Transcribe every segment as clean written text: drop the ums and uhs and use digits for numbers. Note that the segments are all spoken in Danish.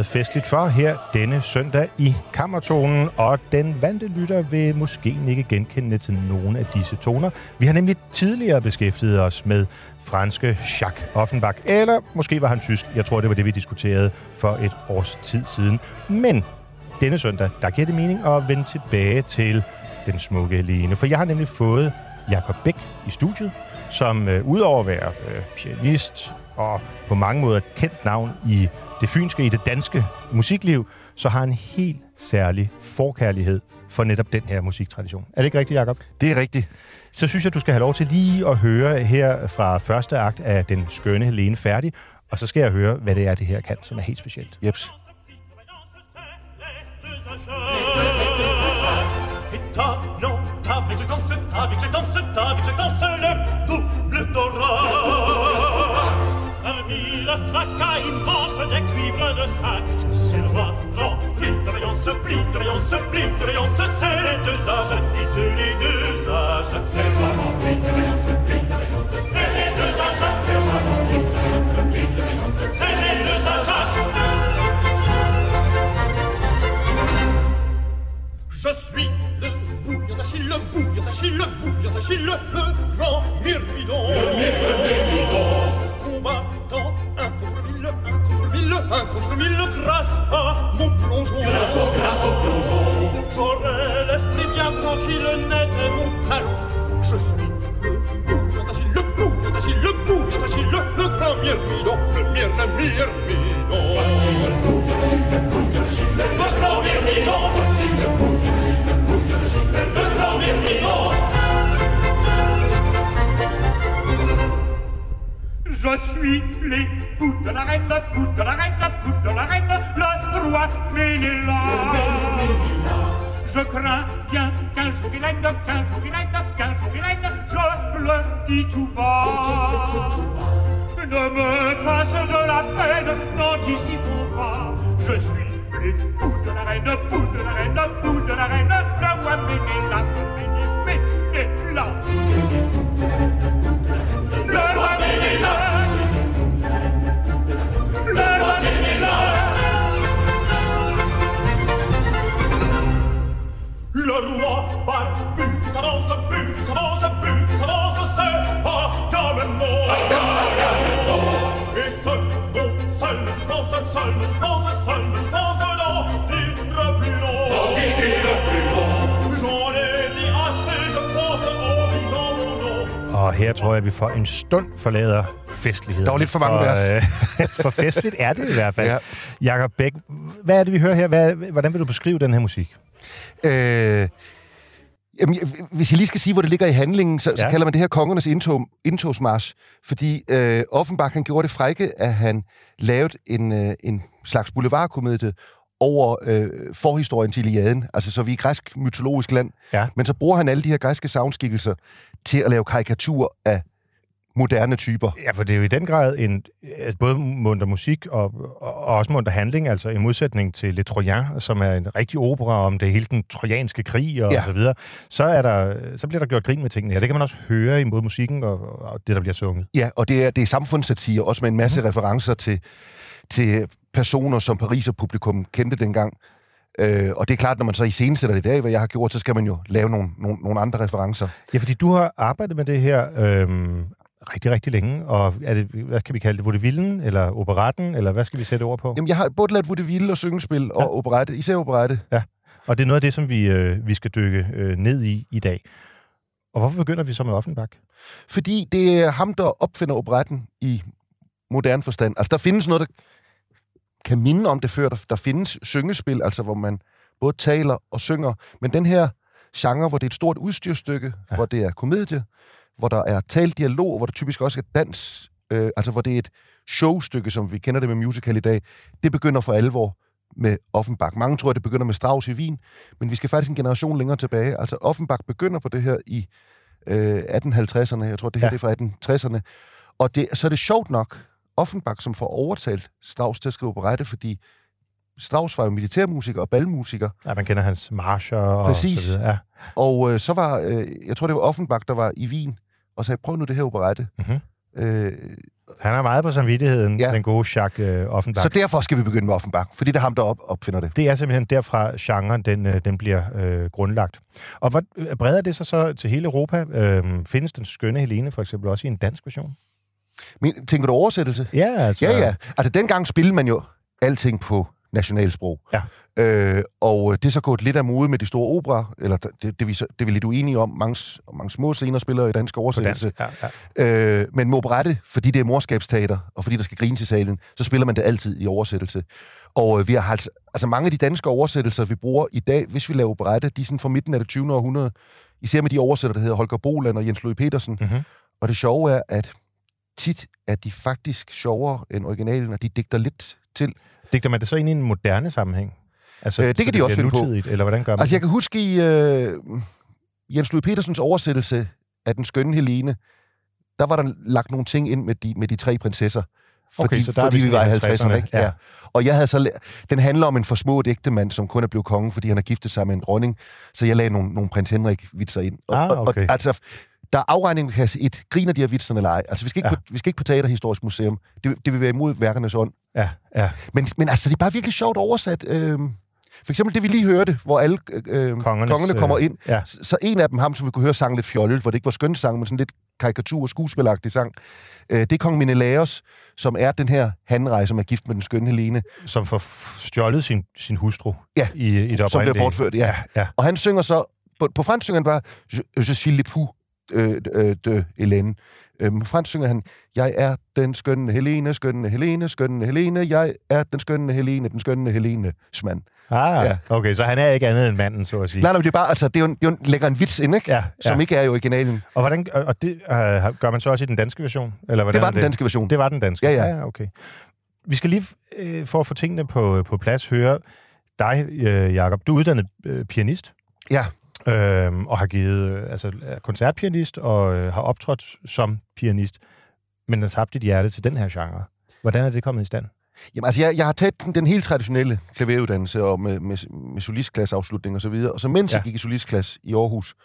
meget festligt for her denne søndag i Kammertonen, og den vante lytter vil måske ikke genkende til nogen af disse toner. Vi har nemlig tidligere beskæftiget os med franske Jacques Offenbach, eller måske var han tysk. Jeg tror, det var det, vi diskuterede for et års tid siden. Men denne søndag, der giver det mening at vende tilbage til den smukke Helene, for jeg har nemlig fået Jacob Beck i studiet, som udover at være pianist og på mange måder et kendt navn i det fynske, i det danske musikliv, så har en helt særlig forkærlighed for netop den her musiktradition. Er det ikke rigtigt, Jacob? Det er rigtigt. Så synes jeg, du skal have lov til lige at høre her fra første akt af Den skønne Helene færdig, og så skal jeg høre, hvad det er, det her kan, som er helt specielt. Jeps. Avec je danse, le double thorax. Parmi le fracas immense des cuivres de saxe, c'est le roi rempli de vaillance, c'est les deux âges, et de les deux âges. C'est le roi rempli de vaillance, c'est les deux âges, c'est le roi rempli de vaillance, c'est les deux âges. Je suis le bouillon d'Achille, le grand Myrmidon. Combattant un contre mille, grâce à mon plongeon. Grâce au plongeon. J'aurai l'esprit bien tranquille, net et mon talon. Je suis le bouillon d'Achille, le grand Myrmidon. Le Myrmidon. Voici le bouillon d'Achille, le grand Myrmidon. Voici le bouillon d'Achille, le grand Myrmidon. Je suis l'époux de la reine, le roi Ménélas. Je crains bien qu'un jour il règne, je le dis tout bas. Ne me fasse de la peine, n'anticipons pas. Je suis l'époux de la reine, le roi Ménélas, Le roi Ménélas, le roi Ménélas. Le roi barbu qui s'avance, c'est Agamemnon. Et seul ne dispense d'en dire plus long. J'en ai dit assez, je pense, en disant mon nom. Og her tror jeg, vi for en stund forlader festligheden. Der var lidt for mange vers. For festligt er det i hvert fald. Ja. Jacob Beck, hvad er det, vi hører her? Hvordan vil du beskrive den her musik? Hvis jeg lige skal sige, hvor det ligger i handlingen, så kalder man det her kongernes indtogsmarch, fordi Offenbach, han gjorde det frække, at han lavede en slags boulevardkomedie over forhistorien til Iliaden, altså så vi er i græsk mytologisk land, men så bruger han alle de her græske sagnskikkelser til at lave karikatur af moderne typer. Ja, for det er jo i den grad både munter musik og også munter handling, altså i modsætning til Le Troyen, som er en rigtig opera om det hele den trojanske krig og så videre. Så bliver der gjort grin med tingene her. Det kan man også høre i både musikken og det, der bliver sunget. Ja, og det er samfundssatire, også med en masse referencer til personer, som Pariser-publikum kendte dengang. Og det er klart, når man så iscenesætter det i dag, hvad jeg har gjort, så skal man jo lave nogle andre referencer. Ja, fordi du har arbejdet med det her rigtig, rigtig længe, og er det, hvad skal vi kalde det, vaudevillen, eller operetten, eller hvad skal vi sætte ord på? Jamen, jeg har både lavet vaudeville og syngespil og operette, især operette. Ja, og det er noget af det, som vi skal dykke ned i dag. Og hvorfor begynder vi så med Offenbach? Fordi det er ham, der opfinder operetten i moderne forstand. Altså, der findes noget, der kan minde om det før. Der findes syngespil, altså hvor man både taler og synger, men den her genre, hvor det er et stort udstyrstykke, hvor det er komedie, hvor der er talt dialog, hvor der typisk også er dans, altså hvor det er et showstykke, som vi kender det med musical i dag, det begynder for alvor med Offenbach. Mange tror, at det begynder med Strauss i Wien, men vi skal faktisk en generation længere tilbage. Altså Offenbach begynder på det her i 1850'erne, jeg tror, det her det er fra 1860'erne, og så er det sjovt nok Offenbach, som får overtalt Strauss til at skrive operette, fordi Strauss var jo militærmusiker og balmusiker. Ja, man kender hans marcher og så videre. Ja. Og så var, jeg tror, det var Offenbach, der var i Wien, og sagde, prøv nu det her operette. Han har meget på samvittigheden, den gode Jacques Offenbach. Så derfor skal vi begynde med Offenbach, fordi det er ham, der opfinder det. Det er simpelthen derfra, genren den bliver grundlagt. Og hvor breder det sig så til hele Europa? Findes den skønne Helene for eksempel også i en dansk version? Men, tænker du oversættelse? Ja, altså... Ja. Altså, dengang spillede man jo alting på nationalsprog. Ja. Og det er så gået lidt af mode med de store opera, eller det er vi lidt uenige om. Mange små scener spiller i dansk oversættelse. Ja. Men med operette, fordi det er morskabsteater, og fordi der skal grines i salen, så spiller man det altid i oversættelse. Og vi har altså mange af de danske oversættelser, vi bruger i dag, hvis vi laver operette, de er sådan fra midten af det 20. århundrede. Især med de oversætter, der hedder Holger Boland og Jens Louis Petersen. Mm-hmm. Og det sjove er, at tit er de faktisk sjovere end originalen, og de digter lidt til. Digter man det så ind i en moderne sammenhæng? Altså, det kan de også finde på. Eller hvordan gør man altså, jeg kan huske i Jens Louis Petersens oversættelse af Den skønne Helene, der var der lagt nogle ting ind med de tre prinsesser. Fordi vi var i 50'erne, ikke? Ja. Og jeg havde den handler om en forsmået ægtemand, som kun er blevet konge, fordi han har giftet sig med en dronning. Så jeg lagde nogle prins Henrik-vitser ind. Og altså, der er afregning med griner de her vitserne eller ej. Altså, vi skal ikke på Teaterhistorisk Museum. Det vil være imod værkernes ånd. Ja. Men altså, det er bare virkelig sjovt oversat. For eksempel det, vi lige hørte, hvor alle kongerne kommer ind. Så en af dem, ham, som vi kunne høre, sang lidt fjollet, hvor det ikke var skøn sang, men sådan lidt karikatur- og skuespilagtig sang. Det er kong Menelaos, som er den her handrej, som er gift med den skønne Helene. Som får stjålet sin hustru i det oprindelige. Som bliver bortført, ja. Og han synger så, på fransk synger han bare, je suis l'époux de Hélène. Fransk synger han, jeg er den skønne Helene, skønne Helene, skønne Helene, jeg er den skønne Helene, den skønne Helene-s mand. Okay, så han er ikke andet end manden, så at sige. Nej, det er bare, altså, det er jo lægger en vits ind, ikke? Som ikke er i originalen. Og det gør man så også i den danske version? Eller det var den danske version. Det var den danske? Ja, okay. Vi skal lige, for at få tingene på plads, høre dig, Jakob. Du er uddannet pianist. Ja. Og har givet koncertpianist og har optrådt som pianist, men har tabt dit hjerte til den her genre. Hvordan er det kommet i stand? Jamen, altså, jeg har taget den helt traditionelle klaveruddannelse og med solistklasseafslutning og så videre, og så mens jeg gik i solistklasse i Aarhus,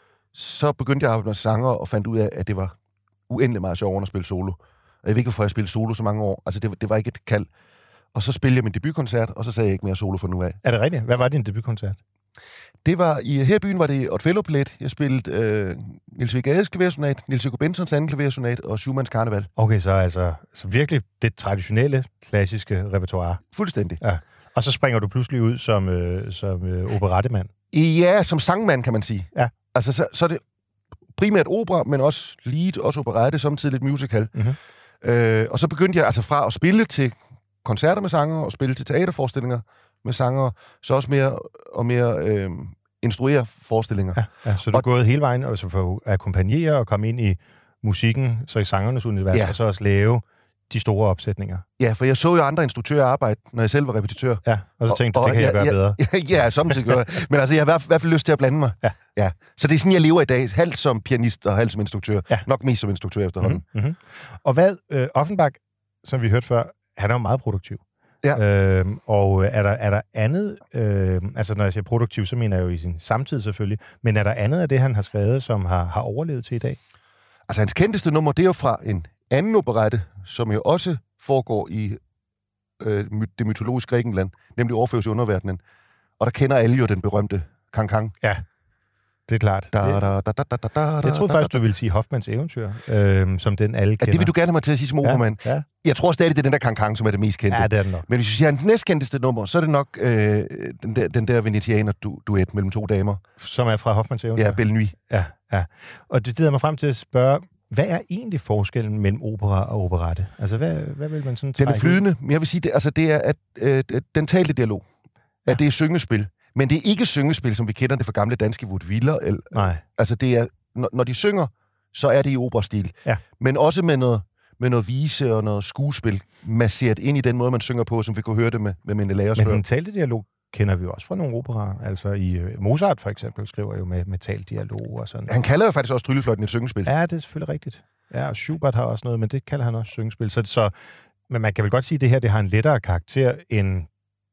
så begyndte jeg at arbejde med sanger og fandt ud af, at det var uendelig meget sjovere at spille solo. Og jeg ved ikke, hvorfor jeg spillede solo så mange år. Altså, det var ikke et kald. Og så spillede jeg min debutkoncert, og så sagde jeg ikke mere solo fra nu af. Er det rigtigt? Hvad var din debutkoncert? Det var her i byen var det Othello-ballet. Jeg spillede Niels W. Gades klaversonat, Niels Hugo Bensons anden klaversonat og Schumanns Karneval. Okay, så virkelig det traditionelle, klassiske repertoire. Fuldstændig. Ja. Og så springer du pludselig ud som operettemand. Ja, som sangmand, kan man sige. Ja. Altså, så er det primært opera, men også lead, også operette, samtidig lidt musical. Mm-hmm. Og så begyndte jeg altså fra at spille til koncerter med sanger og spille til teaterforestillinger med sanger, så også mere og mere instruere forestillinger. Ja, så du er gået hele vejen altså for at akkompagnere og komme ind i musikken, så i sangernes univers, og så også lave de store opsætninger. Ja, for jeg så jo andre instruktører arbejde, når jeg selv var repetitør. Ja, og så tænkte du, det kan jeg gøre bedre. Ja, samtidig gør jeg. Men altså, jeg har i hvert fald lyst til at blande mig. Ja. Så det er sådan, jeg lever i dag. Halvt som pianist og halvt som instruktør. Ja. Nok mest som instruktør efterhånden. Mm-hmm. Og hvad Offenbach, som vi hørte før, han er jo meget produktiv. Ja. Og er der andet, altså når jeg siger produktiv, så mener jeg jo i sin samtid selvfølgelig, men er der andet af det, han har skrevet, som har overlevet til i dag? Altså hans kendteste nummer, det er jo fra en anden operette, som jo også foregår i det mytologiske Grækenland, nemlig Orfeus i underverdenen. Og der kender alle jo den berømte Kang. Ja, det er klart. Jeg troede faktisk, du ville sige Hoffmanns eventyr, som den alle kender. Ja, det vil du gerne have mig til at sige som opermand. Ja. Jeg tror stadig, det er den der Kang, som er det mest kendte. Ja, det er den nok. Men hvis vi siger hans næstkendteste nummer, så er det nok den der venetianer-duet mellem to damer. Som er fra Hoffmanns eventyr? Ja, Belle Nuit. Ja. Og det leder mig frem til at spørge, hvad er egentlig forskellen mellem opera og operette? Altså, hvad vil man sådan trække? Den er flydende, men jeg vil sige, det er at den talte dialog. At det er syngespil. Men det er ikke syngespil, som vi kender det fra gamle danske vaudeviller. Nej. Altså, det er, når de synger, så er det i operastil. Ja. Men også med noget vise og noget skuespil, masseret ind i den måde, man synger på, som vi kunne høre det med Menelaos før. Men den talte dialog kender vi jo også fra nogle operaer. Altså i Mozart for eksempel skriver jo med talt dialog og sådan. Han kalder jo faktisk også Tryllefløjten et syngespil. Ja, det er selvfølgelig rigtigt. Ja, og Schubert har også noget, men det kalder han også syngespil. Så men man kan vel godt sige, at det her det har en lettere karakter end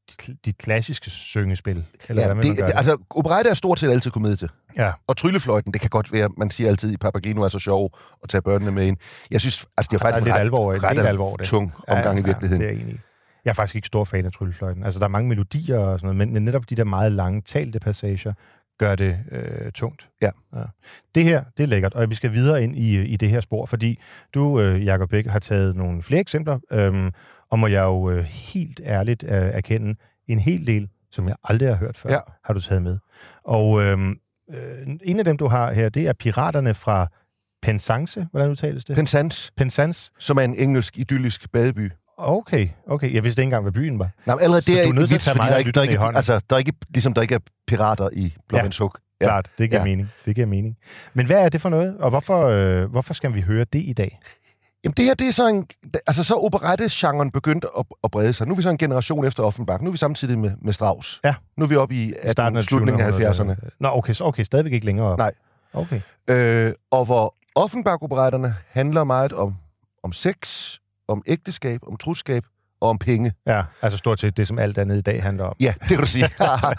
de klassiske syngespil? Eller Ja, altså, operette er stort set altid komedie. Ja. Og Tryllefløjten, det kan godt være, man siger altid, at Papageno er så sjov at tage børnene med ind. Jeg synes, altså, det er faktisk ret tung omgang i virkeligheden. Det er enig. Jeg er faktisk ikke stor fan af Tryllefløjten. Altså, der er mange melodier og sådan noget, men netop de der meget lange talte passager gør det tungt. Ja. Det her, det er lækkert, og vi skal videre ind i det her spor, fordi du, Jacob Bæk, har taget nogle flere eksempler, og må jeg jo helt ærligt erkende, en hel del, som jeg aldrig har hørt før, har du taget med. Og en af dem, du har her, det er Piraterne fra Penzance. Hvordan udtales det? Penzance. Som er en engelsk, idyllisk badeby. Okay. Jeg vidste ikke engang, hvad byen var. Nej, allerede det er en vits, fordi der er ikke pirater i Blåvands Hug. Ja, klart. Det giver mening. Men hvad er det for noget, og hvorfor skal vi høre det i dag? Jamen det her, det er så operette-genren begyndt at brede sig. Nu er vi så en generation efter Offenbach. Nu er vi samtidig med Strauss. Ja. Nu er vi oppe i slutningen af 70'erne. Nå, okay, stadigvæk ikke længere op. Nej. Okay. Og hvor Offenbach-operetterne handler meget om sex, om ægteskab, om truskab og om penge. Ja, altså stort set det, som alt andet i dag handler om. Ja, det kan du sige.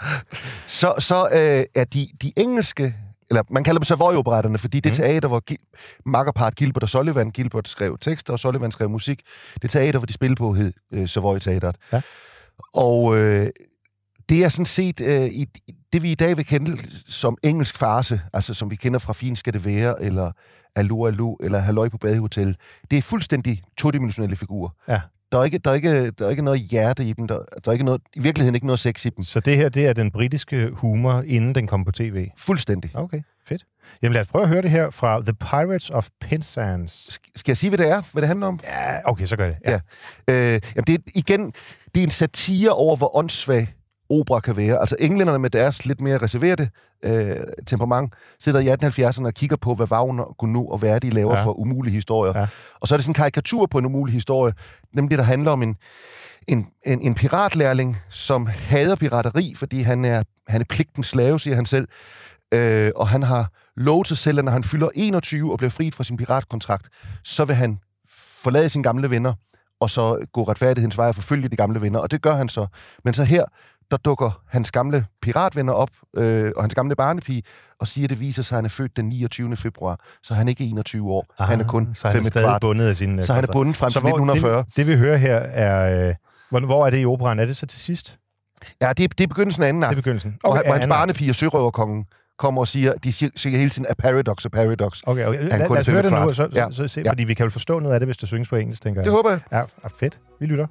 så er de engelske, eller man kalder dem Savoy-operetterne, fordi det teater, hvor makkerpart Gilbert og Sullivan, Gilbert skrev tekster, og Sullivan skrev musik, det teater, hvor de spillede på, hed Savoy-teateret. Ja. Og det er sådan set det, vi i dag vil kende som engelsk farce, altså som vi kender fra Fint skal det være, eller Allo Allo, eller Halløj på Badehotel. Det er fuldstændig todimensionelle figurer. Ja. Der er ikke noget hjerte i dem. Der er ikke noget, i virkeligheden ikke noget sex i dem. Så det her, det er den britiske humor, inden den kom på tv? Fuldstændig. Okay, fedt. Jamen lad os prøve at høre det her fra The Pirates of Penzance. Skal jeg sige, hvad det handler om? Ja, okay, så gør det. Ja. Jamen det er en satire over, hvor åndssvag opera kan være. Altså englænderne med deres lidt mere reserverte temperament sidder i 1870'erne og kigger på, hvad Wagner, Gounod og Verdi laver for umulige historier. Ja. Og så er det sådan en karikatur på en umulig historie, nemlig der handler om en piratlærling, som hader pirateri, fordi han er pligtens slave, siger han selv. Og han har lovet sig selv, at når han fylder 21 og bliver fri fra sin piratkontrakt, så vil han forlade sine gamle venner, og så gå retfærdighedens vej og forfølge de gamle venner. Og det gør han så. Men så her, der dukker hans gamle piratvenner op, og hans gamle barnepige, og siger, at det viser sig, at han er født den 29. februar, så han er ikke 21 år. Han er kun 5 kvart. Så han er bundet frem til 1940. Det vi hører her er... hvor er det i operaen? Er det så til sidst? Ja, det er begyndelsen af anden akt. Det er begyndelsen. Okay, hvor hans barnepige og sørøverkongen kommer og siger, de siger hele tiden, a paradox. Okay. Lad os høre det nu, så se, fordi vi kan vel forstå noget af det, hvis det synges på engelsk, tænker jeg. Det håber jeg. Ja, fedt. Vi lytter.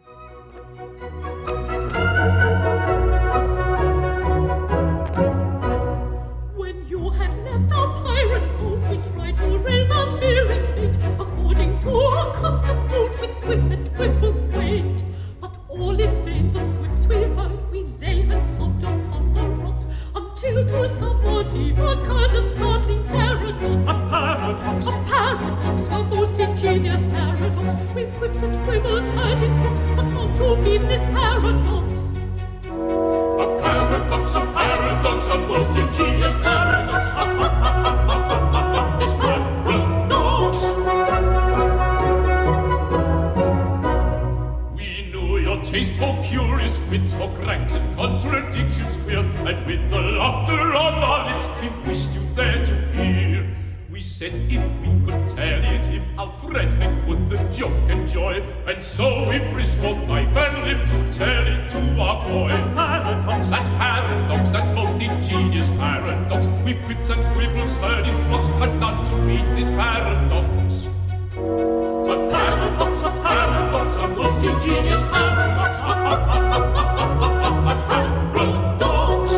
According to our custom, out with quip and quibble quaint. But all in vain the quips we heard, we lay and sobbed upon the rocks, until to somebody occurred a startling paradox. A paradox, a most ingenious paradox. With quips and quibbles heard in flocks, but not to beat this paradox. A paradox, a most ingenious paradox. This paradox. We know your taste for curious quips, for cranks and contradictions queer, and with the laughter on our lips, we wished you there to hear. We said if we could tell it him, how Frederick would the joke enjoy, and so we frisked both life and limb to tell it to our boy. Paradox, that most ingenious paradox, with quips and quibbles heard in flocks, but not to beat this paradox. A paradox, a most ingenious paradox. A paradox.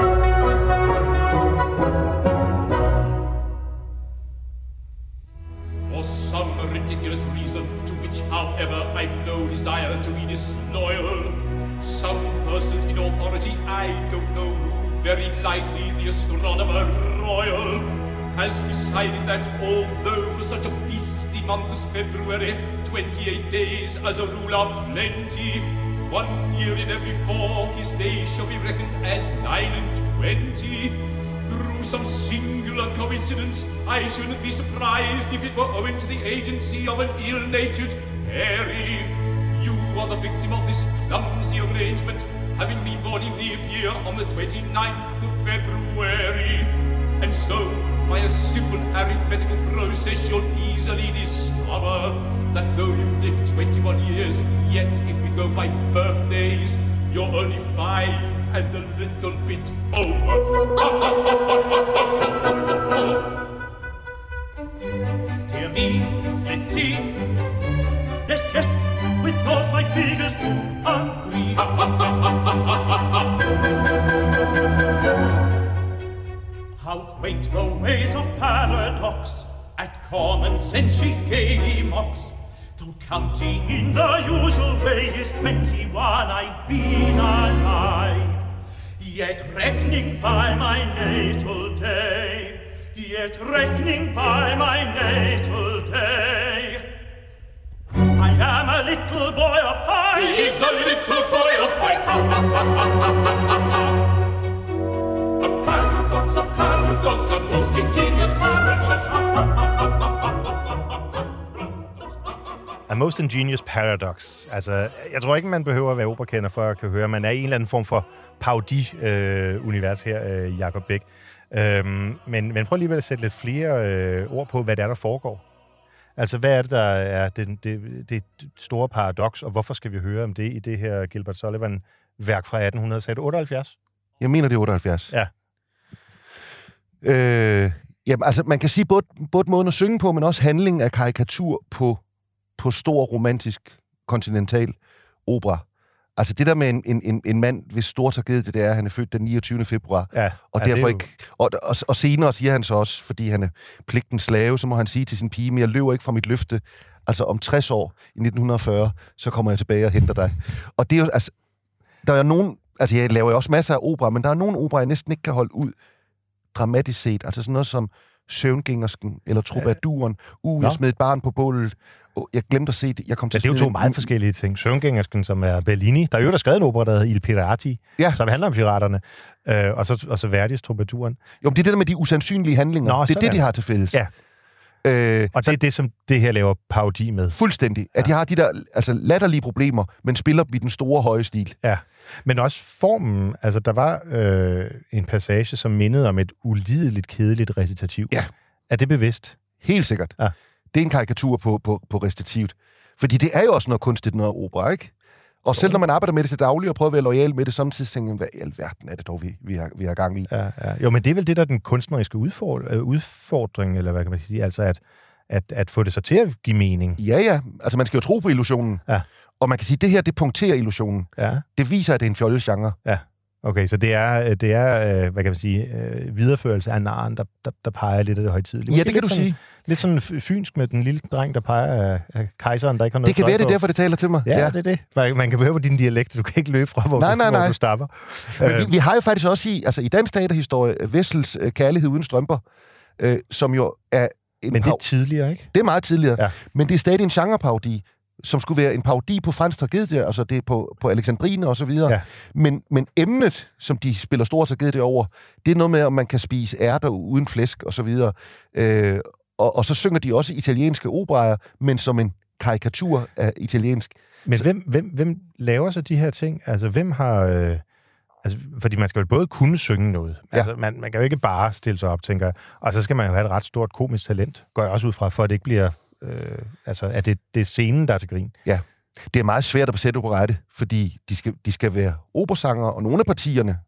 For some ridiculous reason, to which, however, I've no desire to be disloyal, some person in authority, I don't know who, very likely the astronomer royal, has decided that although for such a beastly month as February, 28 days as a rule are plenty, 1 year in every 4 his days shall be reckoned as 9 and 20. Through some singular coincidence, I shouldn't be surprised if it were owing to the agency of an ill-natured fairy. You are the victim of this clumsy arrangement, having been born in the year on the 29th of February. And so, by a simple arithmetical process, you'll easily discover that though you live 21 years, yet if we go by birthdays, you're only 5 and a little bit over. Dear me, let's see. Yes, because my figures do agree. How great the ways of paradox, at common sense she gaily mocks. Though counting in the usual way is 21 I've been alive, yet reckoning by my natal day, I am a little boy of 5. He is a little boy of 5. A paradox, a most ingenious paradox. A most ingenious paradox. Altså, jeg tror ikke, man behøver at være operakender for at kunne høre. Man er i en eller anden form for paudi-univers her, Jacob Beck. Men prøv alligevel at sætte lidt flere ord på, hvad det er, der foregår. Altså, hvad er det, der er det store paradoks, og hvorfor skal vi høre om det i det her Gilbert Sullivan-værk fra 1800? Sagde du 78? Jeg mener, det er 78. Ja. Jamen, altså, man kan sige både måden at synge på, men også handlingen af karikatur på stor romantisk kontinental opera. Altså det der med en mand, hvis stor tragedie det er, han er født den 29. februar, ja, og derfor ikke... Og senere siger han så også, fordi han er pligtens slave, så må han sige til sin pige, men jeg løber ikke fra mit løfte. Altså om 60 år, i 1940, så kommer jeg tilbage og henter dig. Og det er jo, altså... Der er nogen... Altså jeg laver jo også masser af opera, men der er nogle opera, jeg næsten ikke kan holde ud dramatisk set. Altså sådan noget som Søvngængersken, eller Troubadouren. Jeg smed et barn på bålet. Jeg glemte at se det. Jeg kom til det er jo to meget forskellige ting. Søvngængersken, som er Bellini. Der er jo der skrevet en opera, der hedder Il Pirati, som handler om piraterne. Og så Verdis Troubadouren. Jo, men det er det der med de usandsynlige handlinger. Nå, det er det, de har til fælles. Ja. Og det er det, som det her laver parodi med. Fuldstændig. At de har de der latterlige problemer, men spiller dem i den store høje stil. Ja. Men også formen. Altså, der var en passage, som mindede om et ulideligt kedeligt recitativ. Ja. Er det bevidst? Helt sikkert. Ja. Det er en karikatur på recitativet. Fordi det er jo også noget kunstigt, noget opera, ikke? Og selv når man arbejder med det til daglig og prøver at være lojal med det, samtidig tænker man, hvad i alverden er det dog, vi har gang i? Ja. Jo, men det er vel det, der er den kunstneriske udfordring, eller hvad kan man sige? Altså at få det så til at give mening. Ja. Altså man skal jo tro på illusionen. Ja. Og man kan sige, at det her, det punkterer illusionen. Ja. Det viser, at det er en fjollet genre. Ja. Okay, så det er hvad kan man sige, videreførelse af narren, der peger lidt af det højtidelige. Ja, det kan du sige. Lidt sådan fynsk med den lille dreng, der peger af kejseren, der ikke har noget. Det kan være, det er derfor, det taler til mig. Ja, det er det. Man kan behøve på din dialekt, du kan ikke løbe fra, hvor du stopper. Men vi har jo faktisk også i dansk teaterhistorie Wessels Kærlighed uden strømper, som jo er en... Men det er tidligere, ikke? Det er meget tidligere, ja. Men det er stadig en genreparodi, som skulle være en parodi på fransk tragedie, altså det er på Alexandrine og så videre. Ja. Men emnet, som de spiller stor tragedie over, det er noget med, om man kan spise ærter uden flæsk og så videre. Og så synger de også italienske operaer, men som en karikatur af italiensk. Men hvem laver så de her ting? Altså, hvem har... fordi man skal jo både kunne synge noget. Ja. Altså, man kan jo ikke bare stille sig op, tænker jeg. Og så skal man jo have et ret stort komisk talent, går jeg også ud fra, for at det ikke bliver... at det er scenen, der er til grin. Ja, det er meget svært at besætte operette, fordi de skal være operasangere, og nogle af partierne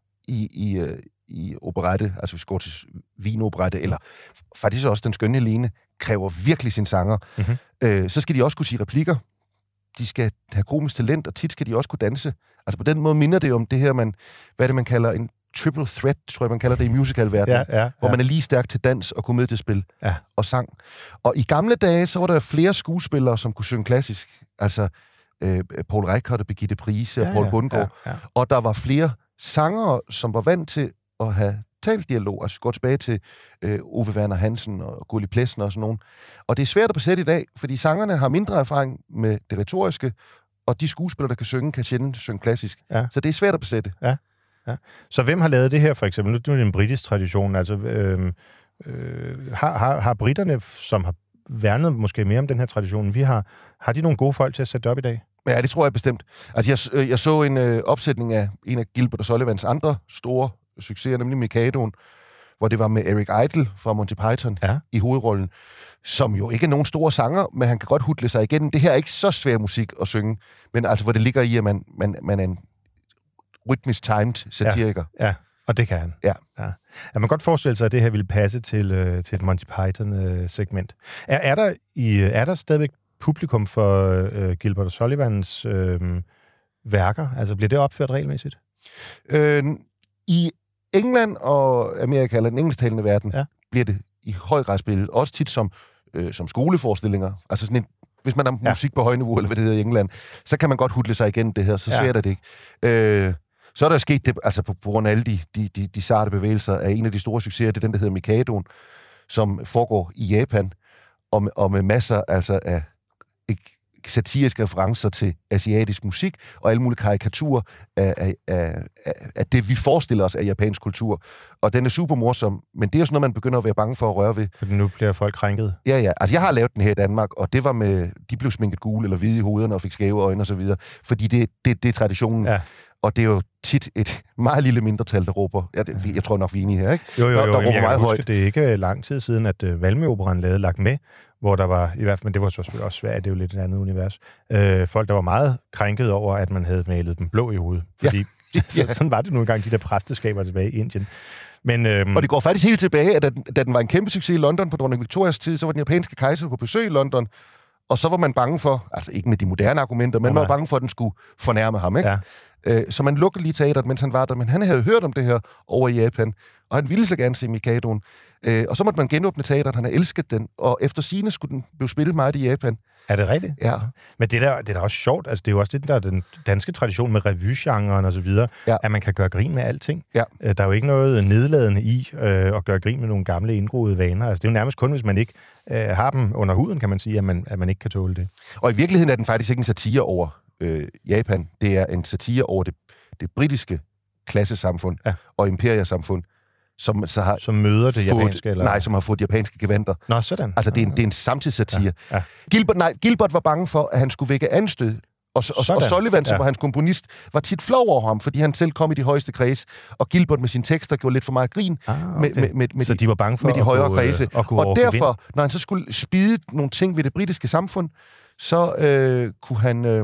i operette, altså hvis vi går til Wien-operette, eller faktisk også Den Skønne Helene, kræver virkelig sin sanger. Mm-hmm. Så skal de også kunne sige replikker. De skal have komisk talent, og tit skal de også kunne danse. Altså på den måde minder det om det her, hvad det man kalder en triple threat, tror jeg, man kalder det i musicalverdenen, hvor man er lige stærk til dans og komediespil og sang. Og i gamle dage, så var der flere skuespillere, som kunne synge klassisk. Altså Paul Reichhardt og Birgitte Prise og Paul Bundgaard. Ja. Og der var flere sangere, som var vant til at have taldialog. Altså går tilbage til Ove Werner Hansen og Gulli Plesner og sådan nogen. Og det er svært at besætte i dag, fordi sangerne har mindre erfaring med det retoriske, og de skuespillere, der kan synge, kan sjældent synge klassisk. Ja. Så det er svært at besætte. Ja. Ja. Så hvem har lavet det her, for eksempel? Nu er det en britisk tradition. Altså, har britterne, som har værnet måske mere om den her tradition, har de nogle gode folk til at sætte op i dag? Ja, det tror jeg bestemt. Altså, jeg så en opsætning af en af Gilbert og Sullivans andre store succeser, nemlig Mikadoen, hvor det var med Eric Idle fra Monty Python i hovedrollen, som jo ikke er nogen store sanger, men han kan godt hudle sig igennem. Det her er ikke så svær musik at synge, men altså, hvor det ligger i, at man er en rytmisk timed satiriker. Ja, og det kan han. Ja. Man kan godt forestille sig, at det her ville passe til et Monty Python-segment. Er der stadigvæk publikum for Gilbert og Sullivans værker? Altså, bliver det opført regelmæssigt? I England og Amerika, eller den engelsktalende verden, bliver det i høj grad spillet. Også tit som skoleforestillinger. Altså sådan hvis man har musik på højniveau, eller hvad det hedder i England, så kan man godt hudle sig igen det her. Så svært er det ikke. Så er der sket det, altså på grund af alle de sarte bevægelser, af en af de store succeser, det er den, der hedder Mikadoen, som foregår i Japan, og med masser altså af satiriske referencer til asiatisk musik, og alle mulige karikaturer af det, vi forestiller os af japansk kultur. Og den er super morsom, men det er sådan noget, man begynder at være bange for at røre ved. For nu bliver folk krænket? Ja. Altså, jeg har lavet den her i Danmark, og det var med, de blev sminket gule eller hvide i hovederne og fik skæve øjne og så videre, fordi det er traditionen. Ja. Og det er jo tit et meget lille mindretal, der råber. Jeg tror nok, vi er enige her, ikke? Jo, der råber meget højt. Det er ikke lang tid siden, at Valmy-operan lavede Lagt med, hvor der var, i hvert fald, men det var så også svært, det er jo lidt et andet univers. Folk, der var meget krænket over, at man havde malet dem blå i hovedet. Fordi sådan var det nogle gange, de der præsteskaber tilbage i Indien. Men, og det går faktisk helt tilbage, at da den var en kæmpe succes i London på dronning Victorias tid, så var den japanske kejser på besøg i London, og så var man bange for, altså ikke med de moderne argumenter, men man var bange for, at den skulle fornærme ham, ikke? Ja. Så man lukkede lige teateret, mens han var der, men han havde hørt om det her over i Japan, og han ville så gerne se Mikadoen. Og så måtte man genåbne teateret, han havde elsket den, og efter sigende skulle den blive spillet meget i Japan. Er det rigtigt? Ja. Men det er da også sjovt, altså det er jo også det, der er den danske tradition med revygenren og så videre, at man kan gøre grin med alting. Ja. Der er jo ikke noget nedladende i at gøre grin med nogle gamle indgroede vaner. Altså det er jo nærmest kun, hvis man ikke har dem under huden, kan man sige, at man ikke kan tåle det. Og i virkeligheden er den faktisk ikke en satire over Japan. Det er en satire over det britiske klassesamfund og imperiesamfund, som møder det japanske? Eller? Nej, som har fået japanske gevanter. Nå, sådan. Altså, det er en samtidssatire. Ja. Gilbert var bange for, at han skulle vække anstød. Og Sullivan, som var hans komponist, var tit flov over ham, fordi han selv kom i de højeste kreds, og Gilbert med sine tekster gjorde lidt for meget grin så de var bange for med de højere kredse. Og derfor, når han så skulle spide nogle ting ved det britiske samfund, så kunne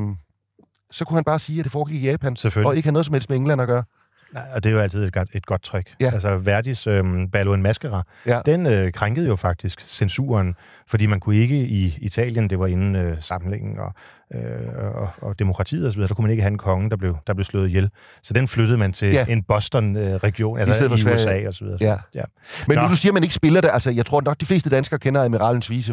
han bare sige, at det foregik i Japan, og ikke have noget som helst med England at gøre. Nej, og det er jo altid et godt trick. Ja. Altså Verdis Ballo en Mascara, den krænkede jo faktisk censuren, fordi man kunne ikke i Italien, det var inden samlingen og demokratiet og så videre, der kunne man ikke have en konge, der blev slået ihjel. Så den flyttede man til en Boston-region, altså i USA og så videre. Ja. Men nu siger man ikke spiller det, altså jeg tror nok, de fleste danskere kender Admiralens Vise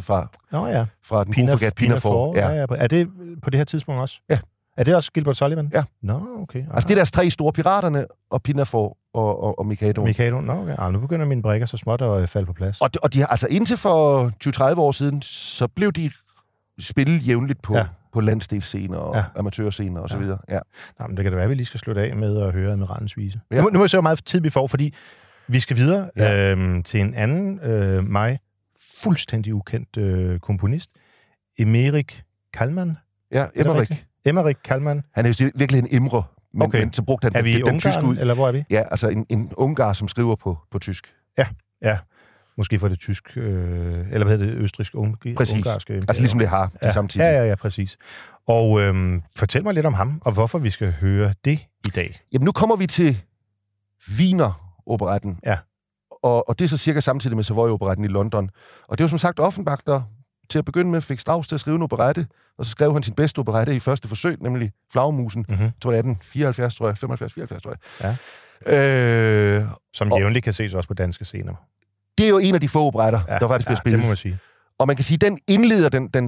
fra den uforgat Pinafore. Ja. Er det på det her tidspunkt også? Ja. Er det også Gilbert Sullivan? Ja. Nå, okay. Altså det er deres tre store, Piraterne og Pinafore og Mikadoen. Nå, okay. Nu begynder mine brikker så småt at falde på plads. Og de har, altså indtil for 20-30 år siden, så blev de spillet jævnligt på landsdelsscener og amatørscener og så videre. Ja. Nå, men det kan da være, at vi lige skal slutte af med at høre Admiralens Vise. Ja. Nu må jeg se, hvor meget tid vi får, fordi vi skal videre til en anden, mig fuldstændig ukendt komponist. Emmerik Kallman. Ja, Emmerik Kallman. Han er jo virkelig en imre, men så brugte han den tyske ud. Eller hvor er vi? Ja, altså en ungar, som skriver på tysk. Ja. Måske for det tysk, eller hvad hedder det, østrisk-ungarske. Altså ligesom det har de samtidig. Ja, præcis. Og fortæl mig lidt om ham, og hvorfor vi skal høre det i dag. Jamen nu kommer vi til Wiener-operetten. Ja. Og det er så cirka samtidig med Savoy-operetten i London. Og det var som sagt Offenbach, der til at begynde med fik Strauss til at skrive en operette, og så skrev han sin bedste operette i første forsøg, nemlig Flagermusen. Jeg tror, det er den 74, tror jeg. 75-74, tror jeg. Ja. Som jævnligt kan ses også på danske scener. Det er jo en af de få operetter, der faktisk bliver spillet. Det må man sige. Og man kan sige, den indleder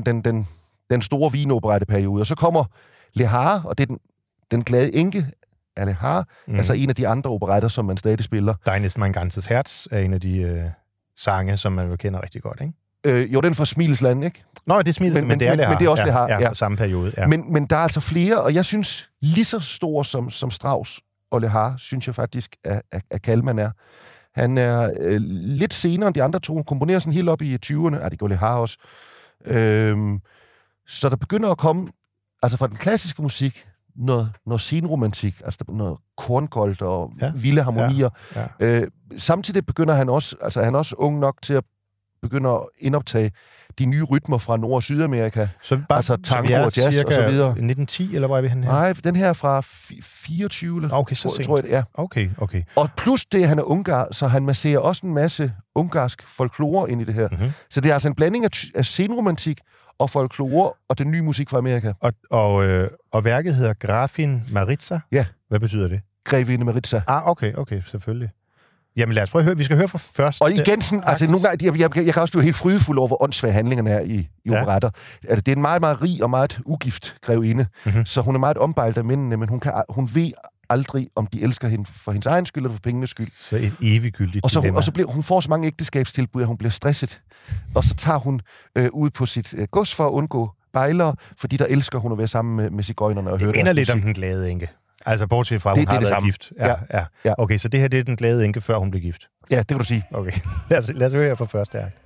den store Wien-operetteperiode, og så kommer Le Har, og det er den glade enke af Le Har, altså en af de andre operetter, som man stadig spiller. Deines mein ganzes Herz er en af de sange, som man jo kender rigtig godt, ikke? Jo, den fra Smilesland, ikke? Nå, det er Smilesland, men det er Le Har. Men det er også Le Har. Ja, samme periode. Ja. Men der er altså flere, og jeg synes, lige så stor som Strauss og Le Har, synes jeg faktisk, at Kallman er. Han er lidt senere end de andre to. Han komponerer sådan helt op i 20'erne. Det går Le Har også. Så der begynder at komme altså fra den klassiske musik, noget senromantik, altså noget korngold og vilde harmonier. Ja. Samtidig begynder han også, altså han er også ung nok til at begynde at indoptage de nye rytmer fra Nord- og Sydamerika. Altså tango og jazz og så videre. 1910, eller hvor er vi henne her? Nej, den her er fra 24. Okay, så sent. Tror jeg, ja. Okay. Og plus det, han er ungar, så han masserer også en masse ungarsk folklore ind i det her. Mm-hmm. Så det er altså en blanding af senromantik og folklore og den nye musik fra Amerika. Og værket hedder Grafin Maritza? Ja. Hvad betyder det? Grevinde Maritza. Okay, selvfølgelig. Jamen lad os prøve at høre. Vi skal høre fra først. Og igen sådan, altså nogle gange, jeg kan også blive helt frydefuld over, hvor åndssvage handlingerne er i operetter. Altså, det er en meget, meget rig og meget ugift grevinde, så hun er meget ombejlet af mændene, men hun ved aldrig, om de elsker hende for hendes egen skyld eller for pengenes skyld. Så et eviggyldigt dilemma. Og så bliver hun får så mange ægteskabstilbud, at hun bliver stresset. Og så tager hun ud på sit gods for at undgå bejlere, fordi der elsker hun at være sammen med sigøjnerne og høre det minder lidt om den glade enke. Altså bortset fra, hun har været gift. Ja. Okay, så det her det er den glade enke, før hun blev gift. Ja, det kan du sige. Okay, lad os høre her fra første akt.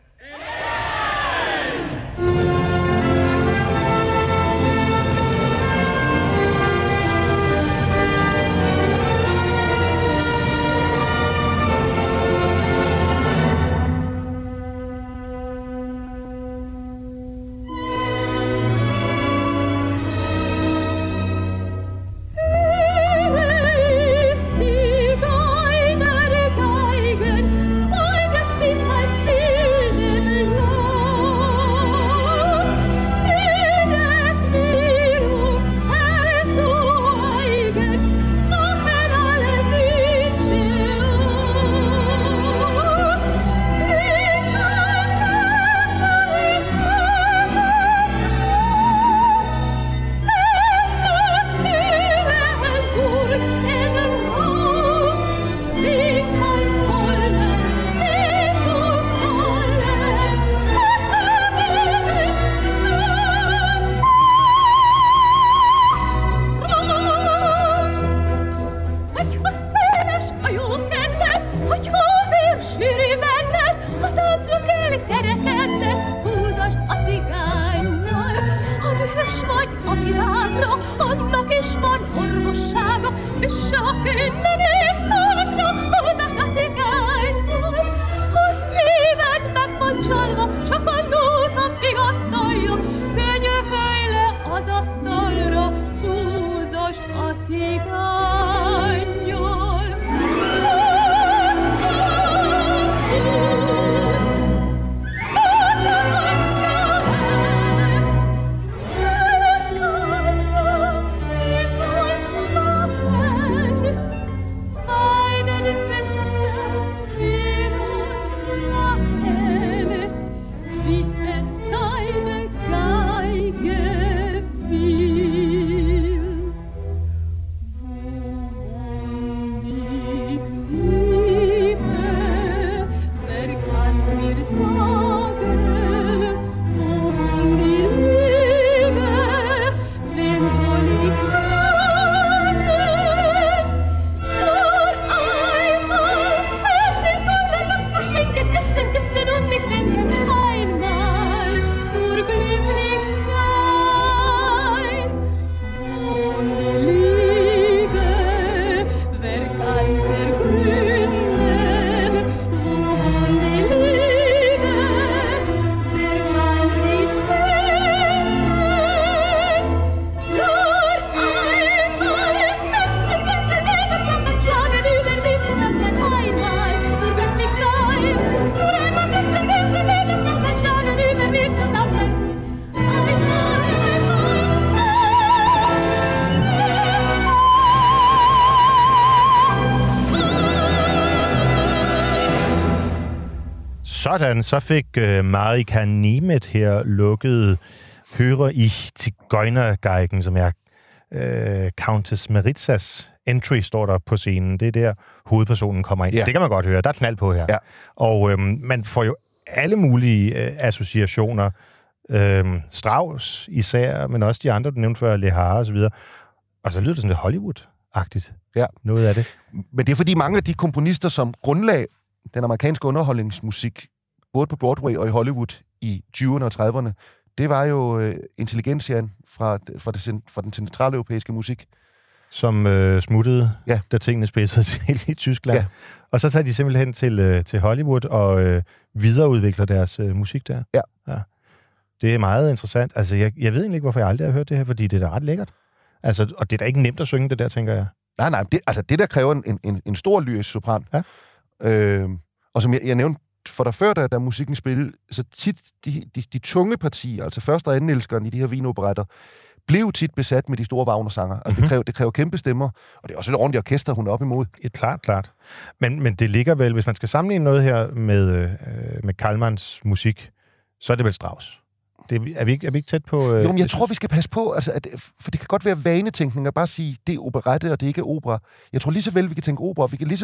Sådan, så fik Marika Nemeth her lukket høre i Zigeunergeigen, som er Countess Maritzas entry, står der på scenen. Det er der, hovedpersonen kommer ind. Ja. Det kan man godt høre. Der er knald på her. Ja. Og man får jo alle mulige associationer. Strauss især, men også de andre, du nævnte før, Lehár og så videre. Og så lyder det sådan lidt Hollywood-agtigt. Ja. Noget af det. Men det er fordi mange af de komponister, som grundlag den amerikanske underholdningsmusik, både på Broadway og i Hollywood i 20'erne og 30'erne, det var jo intelligentiaen fra den centraleuropæiske musik. Som smuttede, da tingene spidsede til i Tyskland. Ja. Og så tager de simpelthen til Hollywood og videreudvikler deres musik der. Ja. Det er meget interessant. Altså, jeg ved egentlig ikke, hvorfor jeg aldrig har hørt det her, fordi det er da ret lækkert. Altså, og det er da ikke nemt at synge det der, tænker jeg. Nej, det der kræver en stor lyrisk sopran. Ja. Og som jeg nævnte for dig før, da musikken spillede, så tit de tunge partier, altså første- og andenelskeren i de her Wien-operetter, blev tit besat med de store Wagner-sanger. Altså, det kræver kæmpe stemmer, og det er også et ordentligt orkester, hun er op imod. Klart. Men det ligger vel, hvis man skal sammenligne noget her med Kalmans musik, så er det vel Strauss. Er vi ikke tæt på... Jo, men jeg tror, vi skal passe på, altså, for det kan godt være vanetænkning at bare sige, det er operette, og det ikke er opera. Jeg tror lige så vel, vi kan tænke opera, vi kan lige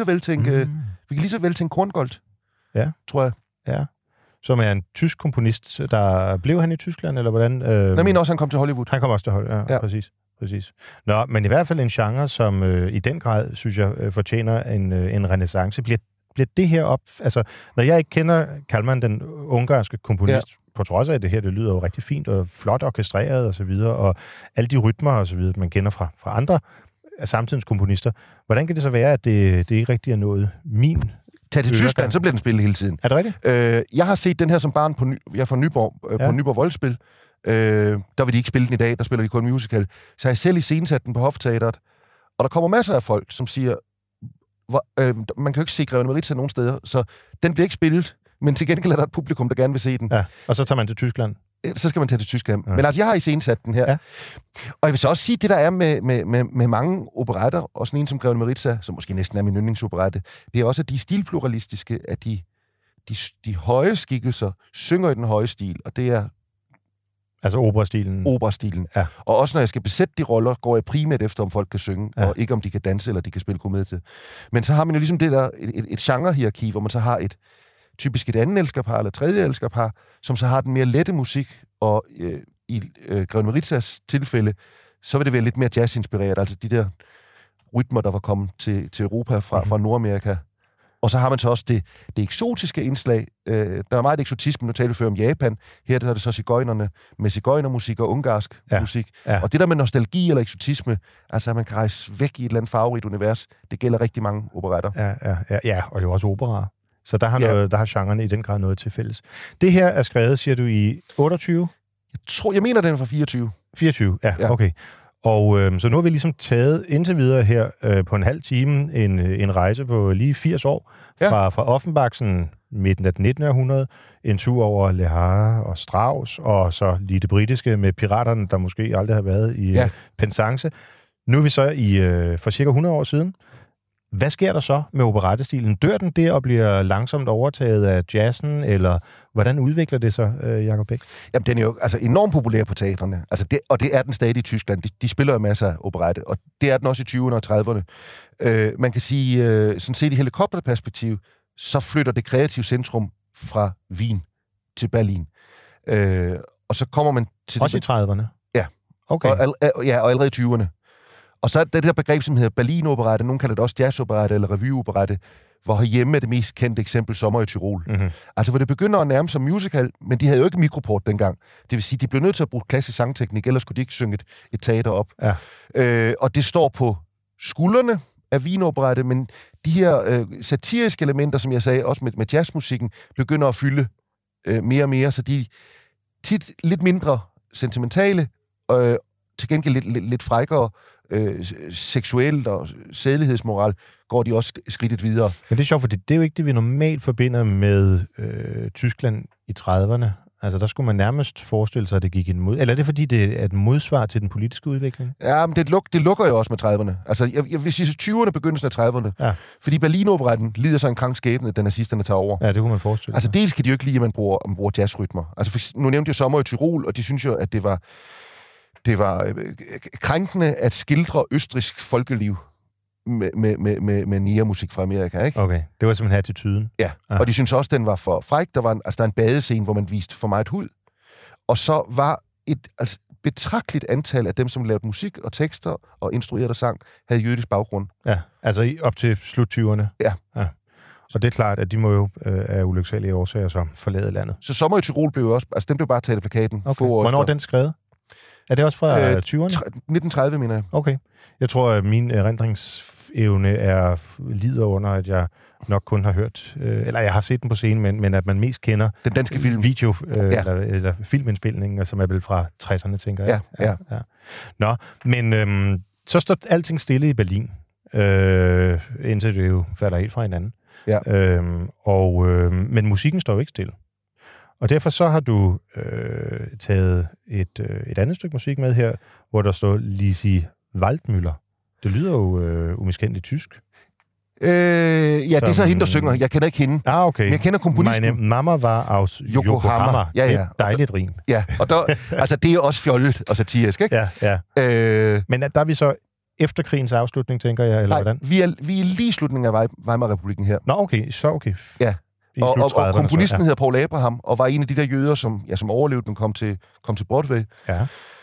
så vel tænke Korngold. Ja. Tror jeg. Ja. Som er en tysk komponist, der blev han i Tyskland, eller hvordan? Jeg mener også, han kom til Hollywood. Han kom også til Hollywood, ja. Præcis. Nå, men i hvert fald en genre, som i den grad, synes jeg, fortjener en renæssance. Bliver det her op... Altså, når jeg ikke kender Kalman, den ungarske komponist, på trods af, at det her, det lyder jo rigtig fint og flot orkestreret og så videre, og alle de rytmer og så videre, man kender fra andre af samtidens komponister, hvordan kan det så være, at det ikke rigtig er noget min... Tag til Tyskland, så bliver den spillet hele tiden. Er det rigtigt? Jeg har set den her som barn jeg er fra Nyborg, på Nyborg Voldspil. Der vil de ikke spille den i dag, der spiller de kun musical. Så har jeg selv iscenesat den på Hofteatret, og der kommer masser af folk, som siger, man kan jo ikke se Greven Maritza nogen steder, så den bliver ikke spillet, men til gengæld er der et publikum, der gerne vil se den. Ja, og så tager man til Tyskland. Så skal man tage til Tyskland. Ja. Men altså, jeg har iscenesat den her. Ja. Og jeg vil så også sige, det der er med mange operetter, og sådan en som Greven Maritza, som måske næsten er min yndlingsoperette, det er også, at de er stilpluralistiske, at de høje skikkelser synger i den høje stil, og det er... Altså operastilen. Operastilen. Ja. Og også når jeg skal besætte de roller, går jeg primært efter, om folk kan synge, og ikke om de kan danse, eller de kan spille komedie til. Men så har man jo ligesom det der, et genrehierarki, hvor man så har typisk et anden elskerpar, eller tredje elskerpar, som så har den mere lette musik, og i Greven Maritzas tilfælde, så vil det være lidt mere jazzinspireret, altså de der rytmer, der var kommet til Europa fra Nordamerika. Og så har man så også det eksotiske indslag. Der er meget eksotisme, nu taler vi før om Japan. Her er det så sigøjnerne med sigøjnermusik og ungarsk musik. Ja. Og det der med nostalgi eller eksotisme, altså at man kan rejse væk i et eller andet farverigt univers, det gælder rigtig mange operetter. Ja, og jo også operaer. Så der har genrerne i den grad noget til fælles. Det her er skrevet, siger du, i 28? Jeg mener, den er fra 24. 24, ja. Okay. Og så nu har vi ligesom taget indtil videre her på en halv time en rejse på lige 80 år fra Offenbach, midten af det 19. århundrede, en tur over Le Havre og Strauss, og så lige det britiske med piraterne, der måske aldrig har været i Penzance. Nu er vi så for cirka 100 år siden. Hvad sker der så med operettestilen? Dør den der og bliver langsomt overtaget af jazzen, eller hvordan udvikler det sig, Jacob Beck? Jamen, den er jo enormt populær på teatrene, og det er den stadig i Tyskland. De spiller jo masser af operette, og det er den også i 20'erne og 30'erne. Man kan sige, sådan set i helikopterperspektiv, så flytter det kreative centrum fra Wien til Berlin. Og så kommer man til... Også i 30'erne? Ja. Okay. Og allerede i 20'erne. Og så er det der begreb, som hedder Berlin-operette, nogen kalder det også jazz-operette eller revue-operette, hvor herhjemme er det mest kendte eksempel Sommer i Tyrol. Mm-hmm. Altså, hvor det begynder at nærme sig musical, men de havde jo ikke mikroport dengang. Det vil sige, de blev nødt til at bruge klassisk sangteknik, ellers skulle de ikke synge et teater op. Ja. Og det står på skuldrene af Wien-operette, men de her satiriske elementer, som jeg sagde, også med jazzmusikken, begynder at fylde mere og mere, så de er tit lidt mindre sentimentale, til gengæld lidt frækkere, seksuelt og sædelighedsmoral, går de også skridtet videre. Men det er sjovt, for det er jo ikke det, vi normalt forbinder med Tyskland i 30'erne. Altså, der skulle man nærmest forestille sig, at det gik imod. Eller er det, fordi det er et modsvar til den politiske udvikling? Ja, men det lukker jo også med 30'erne. Altså, jeg vil sige 20'erne, begyndelsen af 30'erne. Ja. Fordi Berlin-operetten lider så en krank skæbne, da nazisterne tager over. Ja, det kunne man forestille sig. Altså, dels kan de jo ikke lide, at man bruger jazzrytmer. Altså, nu nævnte jeg Sommer i Tyrol, og de synes jo, at det var krænkende at skildre østrigsk folkeliv med Nia-musik fra Amerika, ikke? Okay, det var simpelthen attituden. Ja, og de synes også, den var for fræk. Der er en badescene, hvor man viste for meget hud. Og så var et betragteligt antal af dem, som lavede musik og tekster og instruerede sang, havde jødisk baggrund. Ja, altså op til slut 20'erne. Ja. Og det er klart, at de må jo af ulyksalige årsager så forlade landet. Så Sommer i Tyrol blev også... Altså, den blev bare taget af plakaten. Okay. Hvornår er den skrevet? Er det også fra 20'erne? 1930, mener jeg. Okay. Jeg tror, at min erindringsevne lider under, at jeg nok kun har hørt... eller jeg har set den på scenen, men at man mest kender... Den danske film. Video, eller filmindspilningen, som er vel fra 60'erne, tænker jeg. Ja. Nå, men så står alting stille i Berlin, indtil det jo falder helt fra hinanden. Ja. Men musikken står jo ikke stille. Og derfor så har du taget et andet stykke musik med her, hvor der står Lisi Waldmüller. Det lyder jo umiskendeligt tysk. Det er så hende, der synger. Jeg kender ikke hende. Okay. Men jeg kender komponisten. Meine Mama var aus Yokohama. Ja. Det er et dejligt rim. Ja, og der, altså, det er også fjollet og satirisk, ikke? Ja. Men der er vi så efter krigens afslutning, tænker jeg, eller hvordan? Vi er lige i slutningen af Weimar-republikken her. Nå, okay. Så okay. Ja. Og komponisten hedder Paul Abraham, og var en af de der jøder, som overlevede den, kom til Broadway. Ja.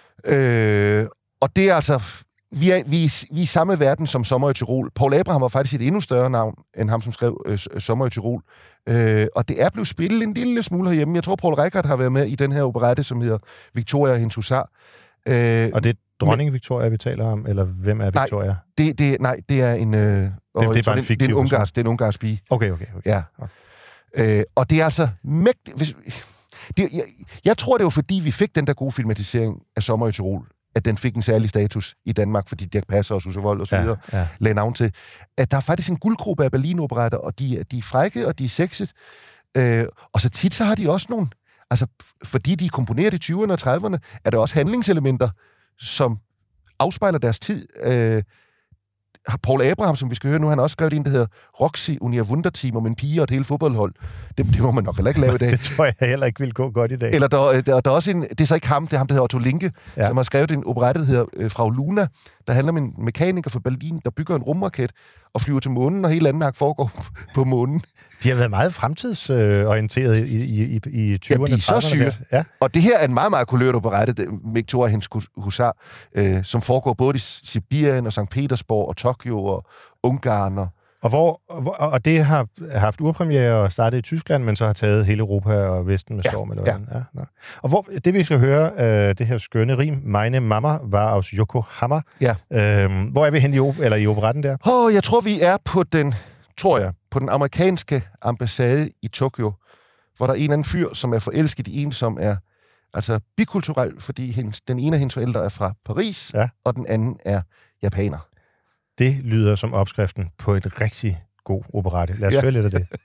Og det er altså... Vi er i samme verden som Sommer i Tyrol. Paul Abraham var faktisk et endnu større navn, end ham, som skrev Sommer i Tyrol. Og det er blevet spillet en lille smule herhjemme. Jeg tror, Paul Reichhardt har været med i den her operette, som hedder Victoria og hendes husar. Og det er dronning Victoria, vi taler om, eller hvem er Victoria? Nej, det er en... det er bare en fiktiv person. Det er en ungarsk pige. Okay. Ja. Og det er altså mægtigt... Jeg tror, det var fordi, vi fik den der gode filmatisering af Sommer i Tyrol, at den fik en særlig status i Danmark, fordi Dirch Passer og Susse Wold og så videre lagde navn til, at der er faktisk en guldgruppe af Berlin-operetter, og de er frække, og de er sexet. Og så tit, så har de også nogle... Altså, fordi de er komponeret i 20'erne og 30'erne, er der også handlingselementer, som afspejler deres tid. Paul Abraham, som vi skal høre nu, han har også skrevet en, der hedder Roxy und ihr Wunderteam om en pige og et helt fodboldhold. Det må man nok heller ikke lave i dag. Det tror jeg heller ikke vil gå godt i dag. Eller der er også en, det er så ikke ham, det er ham, der hedder Otto Linke, som har skrevet en operette, der hedder Frau Luna, der handler om en mekaniker fra Berlin, der bygger en rumraket og flyver til månen, og hele Danmark foregår på månen. De har været meget fremtidsorienteret i 20'erne. Ja, de er så sygt. Ja. Og det her er en meget, meget kulørt operette, Victoria og hendes husar, som foregår både i Sibirien og St. Petersborg og Tokyo og Ungarn. Og det har haft urpremiere og startet i Tyskland, men så har taget hele Europa og Vesten med storm. Eller hvordan? Ja. Og hvor det vi skal høre, det her skønne rim, Meine Mama var aus Yokohama. Ja. Hvor er vi hen i operetten der? Jeg tror, vi er på den amerikanske ambassade i Tokyo, hvor der er en anden fyr, som er forelsket i en, som er altså bikulturel, fordi den ene af hendes forældre er fra Paris, og den anden er japaner. Det lyder som opskriften på et rigtig god operette. Lad os høre lidt af det.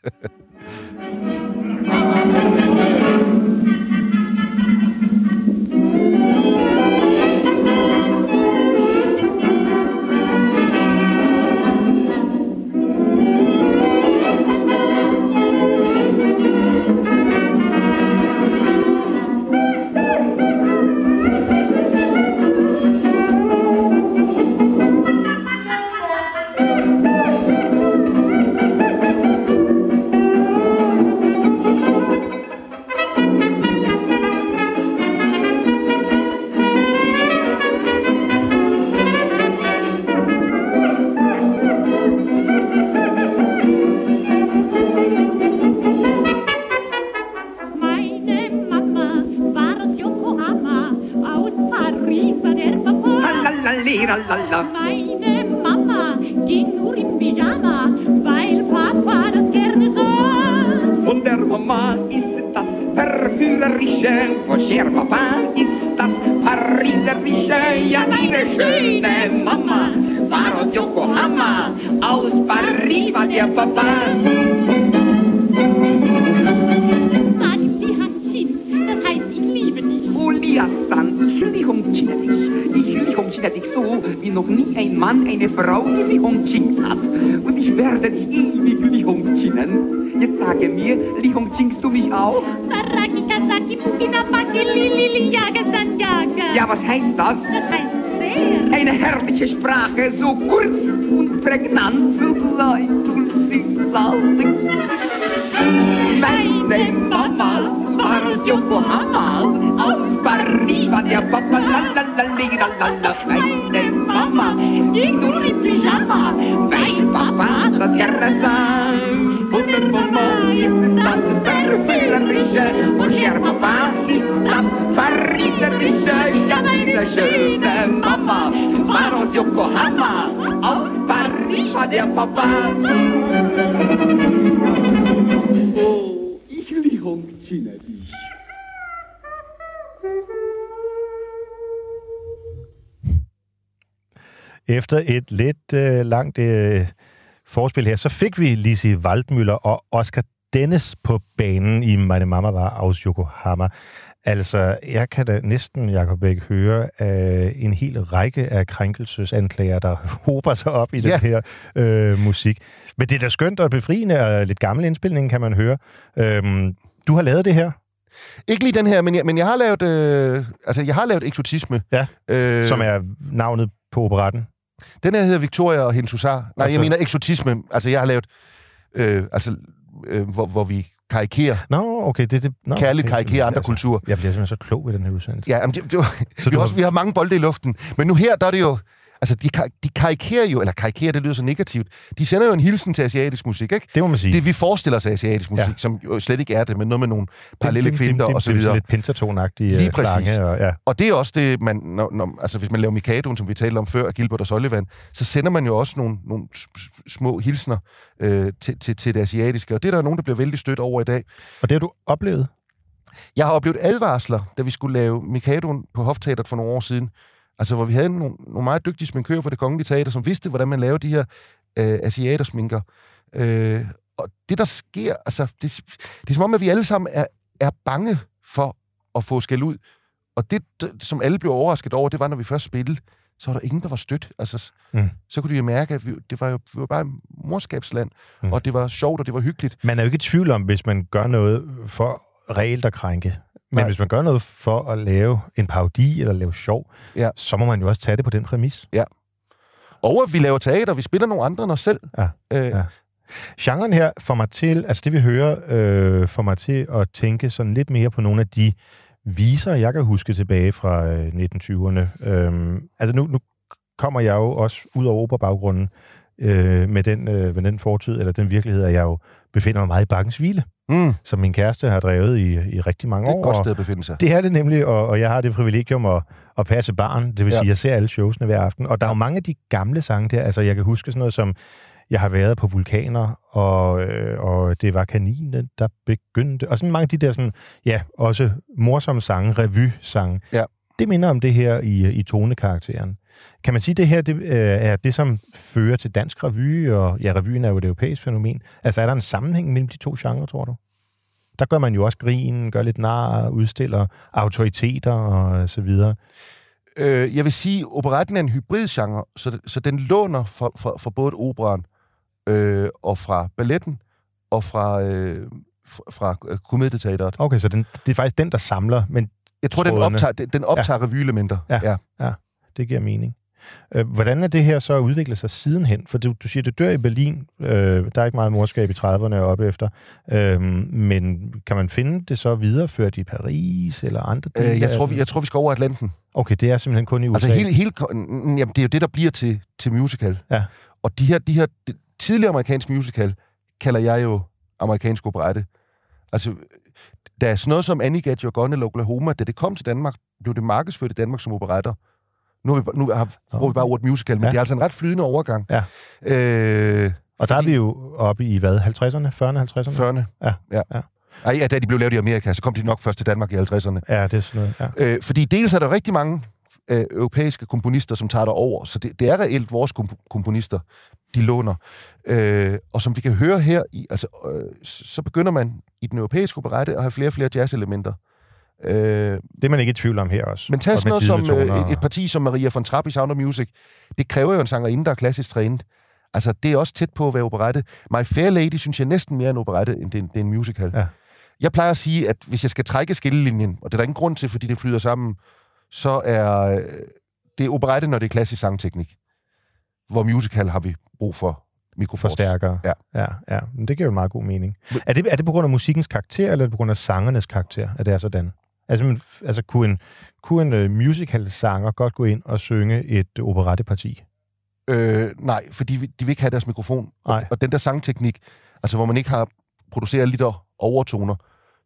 Meine Mama ging nur in Pyjama, weil Papa das gerne sah. Von der Mama ist das Verführerische, von der Papa ist das Pariserische. Ja, meine schöne Mama war aus Yokohama, aus Paris war der Papa. Sag die Hanshin, das heißt ich liebe dich. Olias-san, ich lichumchine dich. Ich lichumchine dich so, wie noch nie ein Mann eine Frau lichumchinkt hat. Und ich werde dich ewig lichumchinen. Jetzt sage mir, lichumchinkst du mich auch? Saraki, Kasaki, Pukina, Paki, Lili, Jaga, Sanjaga. Ja, was heißt das? Das heißt sehr. Eine herrliche Sprache, so kurz und prägnant. Meine Mama war aus Yokohama, aus Paris war der Papa, la. Meine Mama ging nur in Pyjama, weil Papa das gerne sah. Und papa ist das verräterische, ja meine schöne Mama. War aus Yokohama, aus Paris war der Papa. Oh, ich lichongchina dich. Efter et lidt langt forspil her, så fik vi Lizzie Waldmüller og Oscar Dennis på banen i Meine Mama war aus Yokohama. Altså, jeg kan da næsten, Jacob Bæk, høre en hel række af krænkelsesanklager, der hober sig op i den her musik. Men det er da skønt og befriende og lidt gammel indspilning, kan man høre. Du har lavet det her? Ikke lige den her, men jeg har lavet, jeg har lavet Eksotisme. Ja, som er navnet på operetten. Den her hedder Victoria og hendes husar. Nej, jeg mener Eksotisme. Altså, jeg har lavet, hvor vi karikerer. Nå, okay. Kærligt karikerer andre kulturer. Jeg bliver simpelthen så klog ved den her udsendelse. Ja, vi har mange bolde i luften. Men nu her, der er det jo... Altså, de karikerer jo, eller karikerer, det lyder så negativt. De sender jo en hilsen til asiatisk musik, ikke? Det må man sige. Det vi forestiller os af asiatisk musik, som jo slet ikke er det, men noget med nogle parallelle kvinder og så videre. Det er lidt pentatonagtige slange. Og det er også det, man, altså hvis man laver Mikadoen, som vi talte om før, af Gilbert og Sullivan, så sender man jo også nogle små hilsner til det asiatiske. Og det er der nogen, der bliver vældig stødt over i dag. Og det har du oplevet? Jeg har oplevet advarsler, da vi skulle lave Mikadoen på Hofteatret for nogle år siden. Altså, hvor vi havde nogle meget dygtige sminkører fra Det Kongelige Teater, som vidste, hvordan man lavede de her asiatersminker. Og det, der sker, altså, det er som om, at vi alle sammen er bange for at få skæld ud. Og det, som alle blev overrasket over, det var, når vi først spillede, så var der ingen, der var stødt. Altså, så kunne de jo mærke, at vi var bare morskabsland, og det var sjovt, og det var hyggeligt. Man er jo ikke i tvivl om, hvis man gør noget for reelt at krænke. Men hvis man gør noget for at lave en parodi eller lave sjov, så må man jo også tage det på den præmis. Ja. Og at vi laver teater, vi spiller nogle andre end os selv. Ja. Genren her får mig til, altså det vi hører, får mig til at tænke sådan lidt mere på nogle af de viser, jeg kan huske tilbage fra 1920'erne. Altså nu kommer jeg jo også ud over operabaggrunden med den fortid, eller den virkelighed, at jeg jo befinder mig meget i Bakkens Hvile, som min kæreste har drevet i rigtig mange år. Det er et godt sted at befinde sig. Det er det nemlig, og jeg har det privilegium at passe barn, det vil sige, at jeg ser alle showsene hver aften, og der er jo mange af de gamle sange der, altså jeg kan huske sådan noget som, jeg har været på Vulkaner, og det var Kaninen, der begyndte, og sådan mange af de der sådan, også morsomme sange, revy-sange. Ja. Det minder om det her i tonekarakteren. Kan man sige, at det her er det, som fører til dansk revy, og revyen er jo et europæisk fænomen. Altså er der en sammenhæng mellem de to genrer, tror du? Der gør man jo også grin, gør lidt nar, udstiller autoriteter og så videre. Jeg vil sige, at operetten er en hybridgenre, så den låner fra både operaen og fra balletten og fra komedieteateret. Okay, så det er faktisk den, der samler, men jeg tror, den optager revyelementer. Ja, det giver mening. Hvordan er det her så udviklet sig sidenhen? For du siger, det dør i Berlin. Der er ikke meget morskab i 30'erne og op efter. Men kan man finde det så videreført i Paris eller andre dele? Jeg tror, vi skal over Atlanten. Okay, det er simpelthen kun i USA. Altså jamen, det er jo det, der bliver til musical. Ja. Og de her tidligere amerikansk musical kalder jeg jo amerikansk operette. Altså, der er sådan noget som Annie Got Your Gun eller Oklahoma, da det kom til Danmark, blev det markedsført i Danmark som operetter. Nu bruger vi bare ordet musical, men det er altså en ret flydende overgang. Ja. Og der er vi jo oppe i, hvad, 50'erne? 40'erne, 50'erne? 40'erne, ja. Da de blev lavet i Amerika, så kom de nok først til Danmark i 50'erne. Ja, det er sådan noget, fordi dels er der rigtig mange europæiske komponister, som tager der over, så det er reelt vores komponister, de låner. Og som vi kan høre her, så begynder man i den europæiske operette at have flere og flere jazz-elementer. Det er man ikke i tvivl om her også. Men tag sådan noget som et parti som Maria von Trapp i Sound of Music. Det kræver jo en sangerinde, der er klassisk trænet. Altså, det er også tæt på at være operette. My Fair Lady synes jeg næsten mere en operette, end det er en musical. Ja. Jeg plejer at sige, at hvis jeg skal trække skillelinjen, og det er der ingen grund til, fordi det flyder sammen, så er det operette, når det er klassisk sangteknik. Hvor musical har vi brug for forstærkere. Ja. Men det giver jo en meget god mening. Er det på grund af musikkens karakter, eller er det på grund af sangernes karakter, at det er sådan? Altså kunne en musical-sanger godt gå ind og synge et operetteparti? Nej, fordi de vil ikke have deres mikrofon. Og den der sangteknik, altså hvor man ikke har produceret lidt overtoner,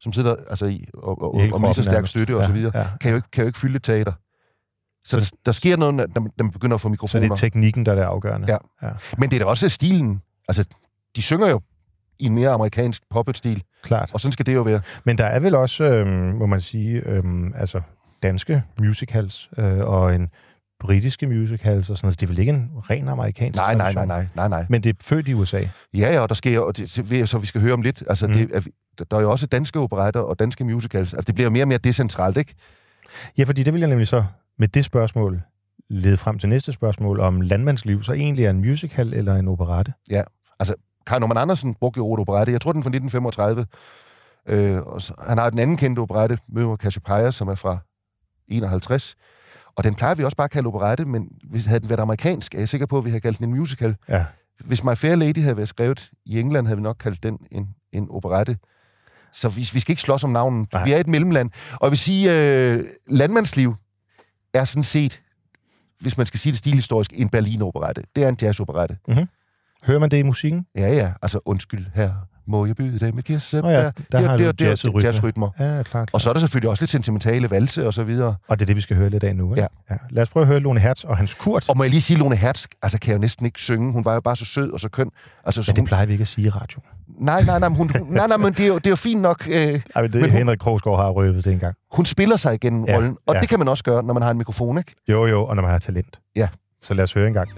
som sidder altså og med så stærk støtte og så videre, kan jo ikke fylde et teater. Så der sker noget, når man begynder at få mikrofoner. Så det er teknikken, der er det afgørende. Ja. Men det er da også stilen. Altså, de synger jo i en mere amerikansk poppet-stil. Klart. Og sådan skal det jo være. Men der er vel også, må man sige, altså danske musicals og en britiske musicals og sådan noget. Det er vel ikke en ren amerikansk tradition? Nej. Men det er født i USA? Ja, og der sker, og det, så vi skal høre om lidt, altså der er jo også danske operetter og danske musicals. Altså det bliver mere og mere decentralt, ikke? Ja, fordi det vil jeg nemlig så med det spørgsmål lede frem til næste spørgsmål om Landmandsliv, så egentlig er en musical eller en operette? Ja, altså Carl Norman Andersen brugte jo ordet operette. Jeg tror, den er fra 1935. Og han har den anden kendte operette, Mødre Cassiopeia, som er fra 51. Og den plejer vi også bare at kalde operette, men hvis havde den været amerikansk, er jeg sikker på, at vi havde kaldt den en musical. Ja. Hvis My Fair Lady havde været skrevet i England, havde vi nok kaldt den en operette. Så vi skal ikke slås om navnen. Nej. Vi er et mellemland. Og jeg vil sige, Landmandsliv er sådan set, hvis man skal sige det stilhistorisk, en Berlin-operette. Det er en jazz-operette. Mm-hmm. Hører man det i musikken? Ja. Altså, undskyld her, må jeg byde dig med kirsebær? Ja, der har du jazzrytmer. Ja, klart. Og så er der selvfølgelig også lidt sentimentale valse og så videre. Og det er det, vi skal høre lidt af nu, ikke? Ja. Lad os prøve at høre Lone Hertz og Hans Kurt. Og må jeg lige sige, Lone Hertz, altså kan jeg jo næsten ikke synge. Hun var jo bare så sød og så køn. Altså, men det plejer vi ikke at sige i radio. Nej, men det er jo fint nok. Men det Henrik Krogsgaard har røbet det engang. Hun spiller sig igennem rollen, og det kan man også gøre, når man har en mikrofon, ikke? Jo, og når man har talent. Ja. Så lad os høre en gang.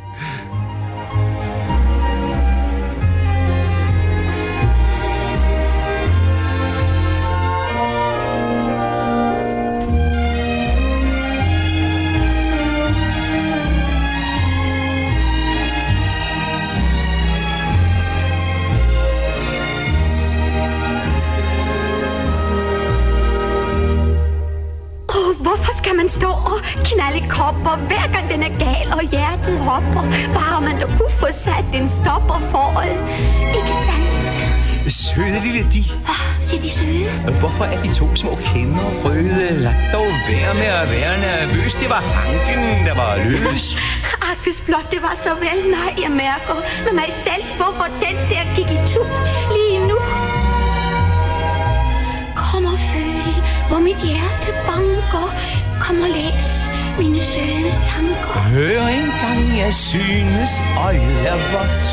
Hvorfor skal man stå og knalde kopper, hver gang den er gal og hjertet hopper? Bare man da kunne få sat en stopper for det. Ikke sandt? Søde lille de. Siger de søde? Hvorfor er de to små kinder røde? Lad dog være med at være nervøs. Det var hanken, der var løs. Hvis blot det var så vel, nej, jeg mærker med mig selv, hvorfor den der gik i tur lige nu. Kom og føl, hvor mit hjerte banker. Kom og læs mine søde tanker. Hør engang, jeg synes øjet er vådt.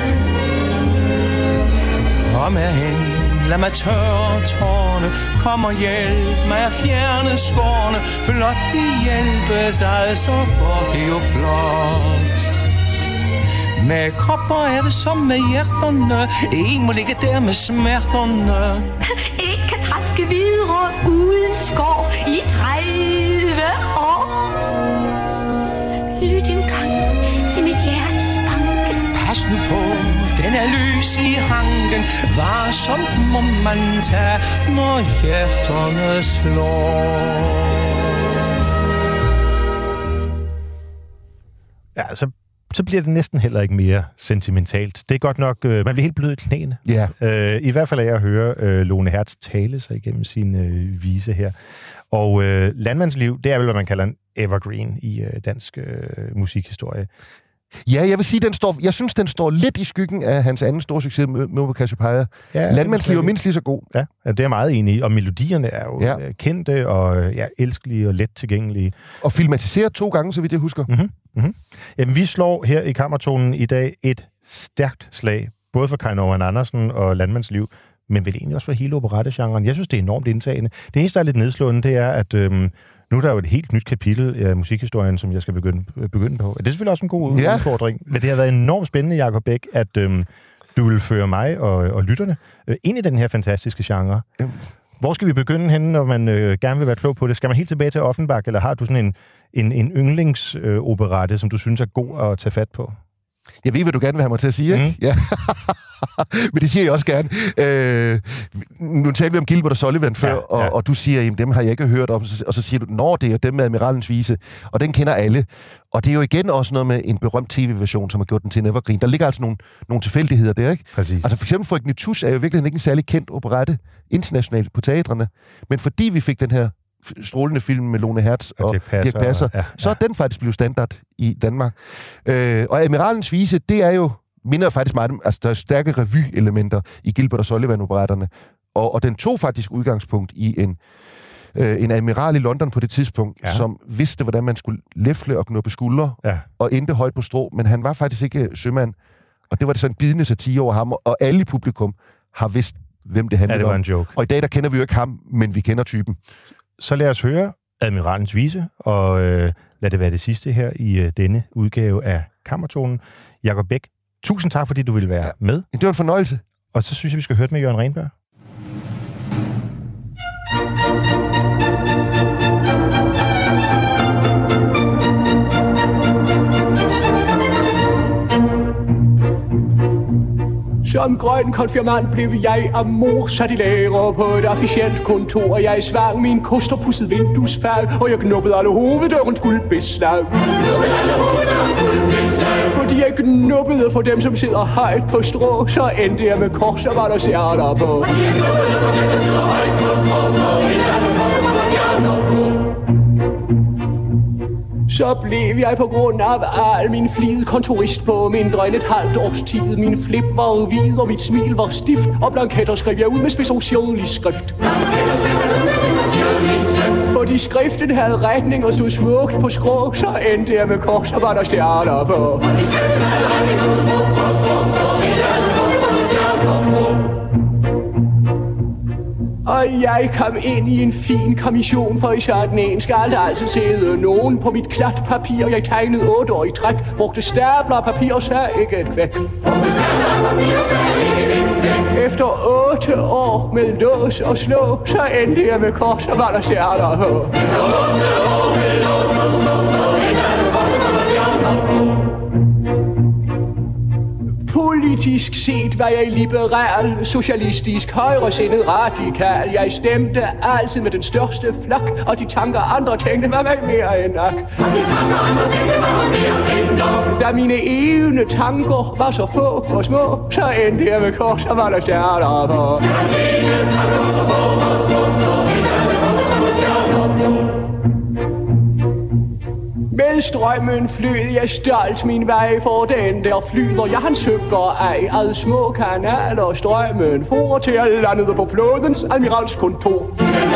Kom herhen, lad mig tørre tårne. Kom og hjælp mig at fjerne skårene. Blot vi hjælpes, altså går det jo flot. Med kopper er det som med hjerterne. En må ligge der med smerterne. Ikke kan træske videre uden skår i 30 år. Lyt engang til mit hjertes banken. Pas nu på, den er løs i hanken. Varsom må man tage, når hjerterne slår. Ja, så bliver det næsten heller ikke mere sentimentalt. Det er godt nok, man bliver helt blød i knæene. Ja. I hvert fald er jeg at høre Lone Hertz tale sig igennem sin vise her. Og Landmandsliv, det er vel, hvad man kalder en evergreen i dansk musikhistorie. Ja, jeg vil sige, jeg synes, den står lidt i skyggen af hans anden store succes med Cassiopeia. Ja, Landmandsliv er mindst lige så god. Ja, det er jeg meget enig i. Og melodierne er jo kendte og elskelige og let tilgængelige. Og filmatiseret 2 gange, så vidt jeg husker. Mm-hmm. Jamen, vi slår her i Kammertonen i dag et stærkt slag, både for Carl Norman Andersen og Landmandsliv, men vel egentlig også for hele operettegenren. Jeg synes, det er enormt indtagende. Det eneste, der er lidt nedslående, det er, at nu er der jo et helt nyt kapitel af musikhistorien, som jeg skal begynde på. Det er selvfølgelig også en god udfordring, men det har været enormt spændende, Jacob Beck, at du vil føre mig og lytterne ind i den her fantastiske genre. Hvor skal vi begynde henne, når man gerne vil være klog på det? Skal man helt tilbage til Offenbach, eller har du sådan en yndlingsoperette, som du synes er god at tage fat på? Jeg ved, hvad du gerne vil have mig til at sige, ikke? Ja. Men det siger jeg også gerne. Nu talte vi om Gilbert og Sullivan før, og du siger, jamen dem har jeg ikke hørt om, og så siger du, det er dem med Admiralens Vise, og den kender alle. Og det er jo igen også noget med en berømt tv-version, som har gjort den til en evergreen. Der ligger altså nogle tilfældigheder der, ikke? Præcis. Altså for eksempel Frøken Nitouche er jo virkelig ikke en særlig kendt operette internationalt på teatrene, men fordi vi fik den her strålende film med Lone Hertz og Dirch Passer, så er den faktisk blevet standard i Danmark. Og Admiralens Vise, det er jo, minder faktisk meget, altså der er stærke revy-elementer i Gilbert og Sullivan-operetterne, Og den tog faktisk udgangspunkt i en admiral i London på det tidspunkt, som vidste, hvordan man skulle læfle og knuppe skuldre, og endte højt på strå, men han var faktisk ikke sømand. Og det var det sådan en bidende satire over ham, og alle i publikum har vidst, hvem det handlede om. Det var en joke. Og i dag, der kender vi jo ikke ham, men vi kender typen. Så lad os høre Admiralens vise, og lad det være det sidste her i denne udgave af Kammertonen. Jacob Beck, tusind tak, fordi du ville være med. Det var en fornøjelse. Og så synes jeg, vi skal høre det med Jørgen Renberg. Som grøn konfirmand blev jeg af mor sat i lære på et officielt kontor. Jeg svang min kosterpudset vinduesfag, og jeg knuppede alle hoveddøren skulle beslag. Fordi jeg knuppede for dem, som sidder højt på strå, så endte jeg med kors og var der stjerner på. Så blev jeg på grund af al min flid kontorist på mindre end et halvt års tid. Min flip var hvid, og mit smil var stift, og blanketter skrev jeg ud med speciallig skrift. Fordi skriften havde retning og stod smukt på skrå, så endte jeg med kors og var der stjerner på. Og jeg kom ind i en fin kommission, for i sådan en skal der altid sidde nogen på mit klat papir. Jeg tegnede 8 år i træk, brugte stabler af papir og sagde ikke et kvæk. Efter 8 år med lås og slå, så endte jeg med kors og var der stjerner på. Politisk set var jeg liberal, socialistisk, højresindet, radikal. Jeg stemte altid med den største flok, og de tanker andre tænkte var mig mere end nok. Da mine evne tanker var så få og små, så endte jeg med kors og var der stjerner på. Med strømmen flød jeg stolt min vej for den der flyder jeg han søger af ad små kanaler. Strømmen for til at landede på flådens admiralskontor.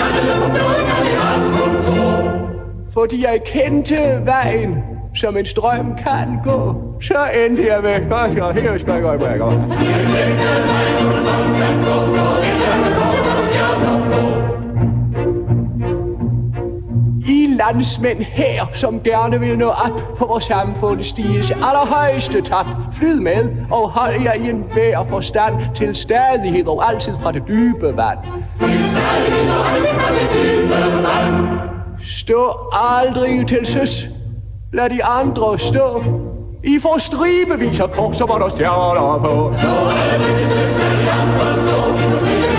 Fordi jeg kendte vejen, som en strøm kan gå, så endte jeg med kors og her skal jeg gå i brækker. Landsmænd her, som gerne vil nå op på vores samfundsstiges allerhøjeste top. Flyd med og hold jer i en hver forstand til stadighed og altid fra det dybe vand. Stå aldrig til søs. Lad de andre stå. I får stribevis af kors, så var der stjerner på. Så alle til søs, lad de andre stå.